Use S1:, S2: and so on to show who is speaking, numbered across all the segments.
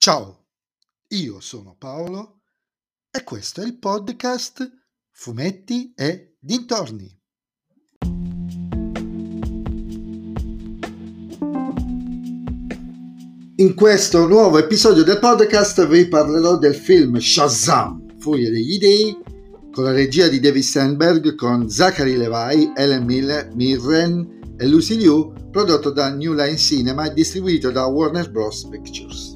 S1: Ciao, io sono Paolo e questo è il podcast Fumetti e Dintorni. In questo nuovo episodio del podcast vi parlerò del film Shazam, Furia degli Dei, con la regia di David Sandberg, con Zachary Levi, Ellen Mirren e Lucy Liu, prodotto da New Line Cinema e distribuito da Warner Bros. Pictures.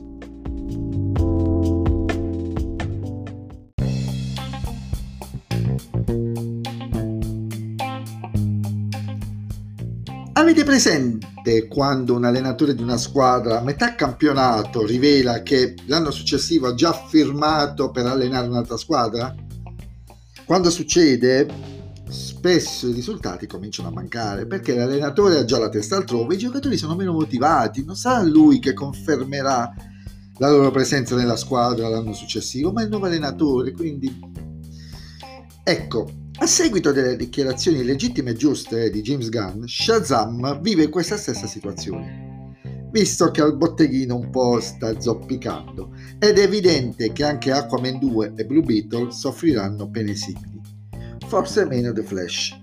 S1: Avete presente quando un allenatore di una squadra a metà campionato rivela che l'anno successivo ha già firmato per allenare un'altra squadra? Quando succede, spesso i risultati cominciano a mancare perché l'allenatore ha già la testa altrove, i giocatori sono meno motivati, non sarà lui che confermerà la loro presenza nella squadra l'anno successivo, ma il nuovo allenatore, quindi ecco. A seguito delle dichiarazioni legittime e giuste di James Gunn, Shazam vive questa stessa situazione, visto che al botteghino un po' sta zoppicando ed è evidente che anche Aquaman 2 e Blue Beetle soffriranno pene simili, forse meno The Flash.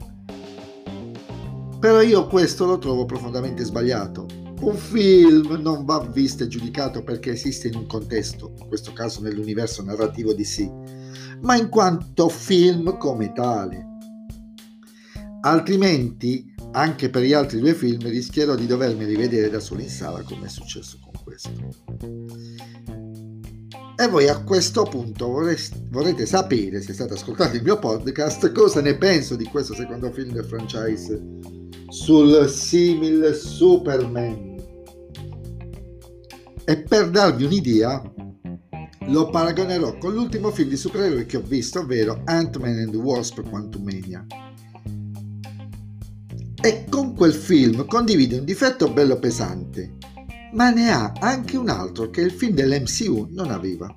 S1: Però io questo lo trovo profondamente sbagliato. Un film non va visto e giudicato perché esiste in un contesto, in questo caso nell'universo narrativo DC, ma in quanto film come tale. Altrimenti, anche per gli altri due film, rischierò di dovermi rivedere da solo in sala, come è successo con questo. E voi a questo punto vorrete sapere, se state ascoltando il mio podcast, cosa ne penso di questo secondo film del franchise sul simile Superman. E per darvi un'idea, lo paragonerò con l'ultimo film di supereroi che ho visto, ovvero Ant-Man and the Wasp: Quantumania. E con quel film condivide un difetto bello pesante, ma ne ha anche un altro che il film dell'MCU non aveva.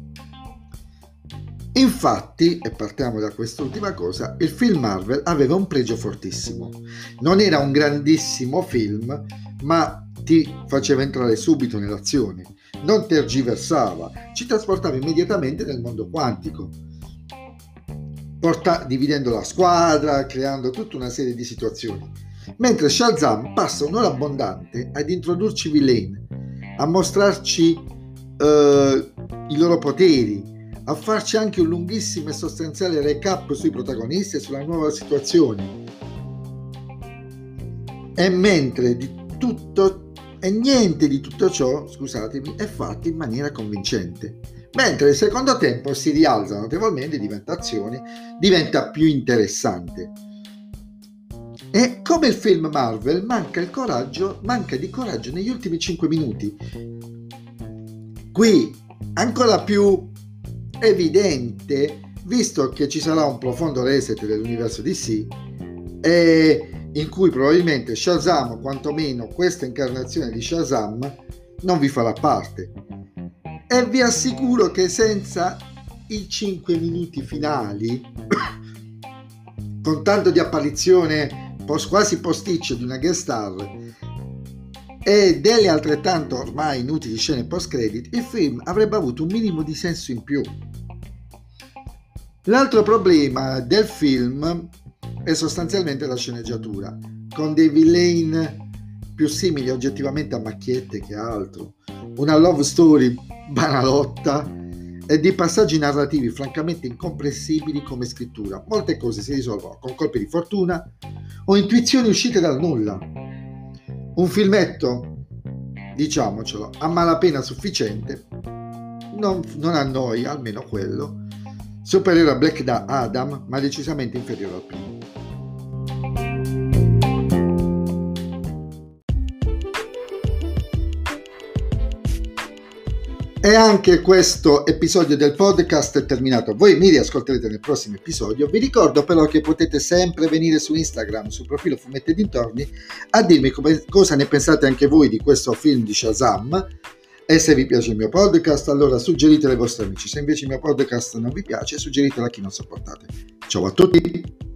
S1: Infatti, e partiamo da quest'ultima cosa, il film Marvel aveva un pregio fortissimo. Non era un grandissimo film, ma ti faceva entrare subito nell'azione, non tergiversava, ci trasportava immediatamente nel mondo quantico, dividendo la squadra, creando tutta una serie di situazioni. Mentre Shazam passa un'ora abbondante ad introdurci villain, a mostrarci i loro poteri, a farci anche un lunghissimo e sostanziale recap sui protagonisti e sulla nuova situazione. E niente di tutto ciò, scusatemi, è fatto in maniera convincente. Mentre il secondo tempo si rialza notevolmente, diventa azione, diventa più interessante. E come il film Marvel manca di coraggio negli ultimi 5 minuti. Qui ancora più evidente, visto che ci sarà un profondo reset dell'universo DC e in cui probabilmente Shazam, o quantomeno questa incarnazione di Shazam, non vi farà parte. E vi assicuro che senza i 5 minuti finali, con tanto di apparizione quasi posticcio di una guest star e delle altrettanto ormai inutili scene post-credit, il film avrebbe avuto un minimo di senso in più. L'altro problema del film è sostanzialmente la sceneggiatura, con dei villain più simili oggettivamente a macchiette che altro, una love story banalotta e di passaggi narrativi francamente incomprensibili come scrittura. Molte cose si risolvono con colpi di fortuna o intuizioni uscite dal nulla. Un filmetto, diciamocelo, a malapena sufficiente, non annoia, almeno quello, superiore a Black Adam, ma decisamente inferiore al primo. E anche questo episodio del podcast è terminato. Voi mi riascolterete nel prossimo episodio. Vi ricordo però che potete sempre venire su Instagram, sul profilo Fumetti e Dintorni, a dirmi cosa ne pensate anche voi di questo film di Shazam. E se vi piace il mio podcast, allora suggeritelo ai vostri amici. Se invece il mio podcast non vi piace, suggeritelo a chi non sopportate. Ciao a tutti!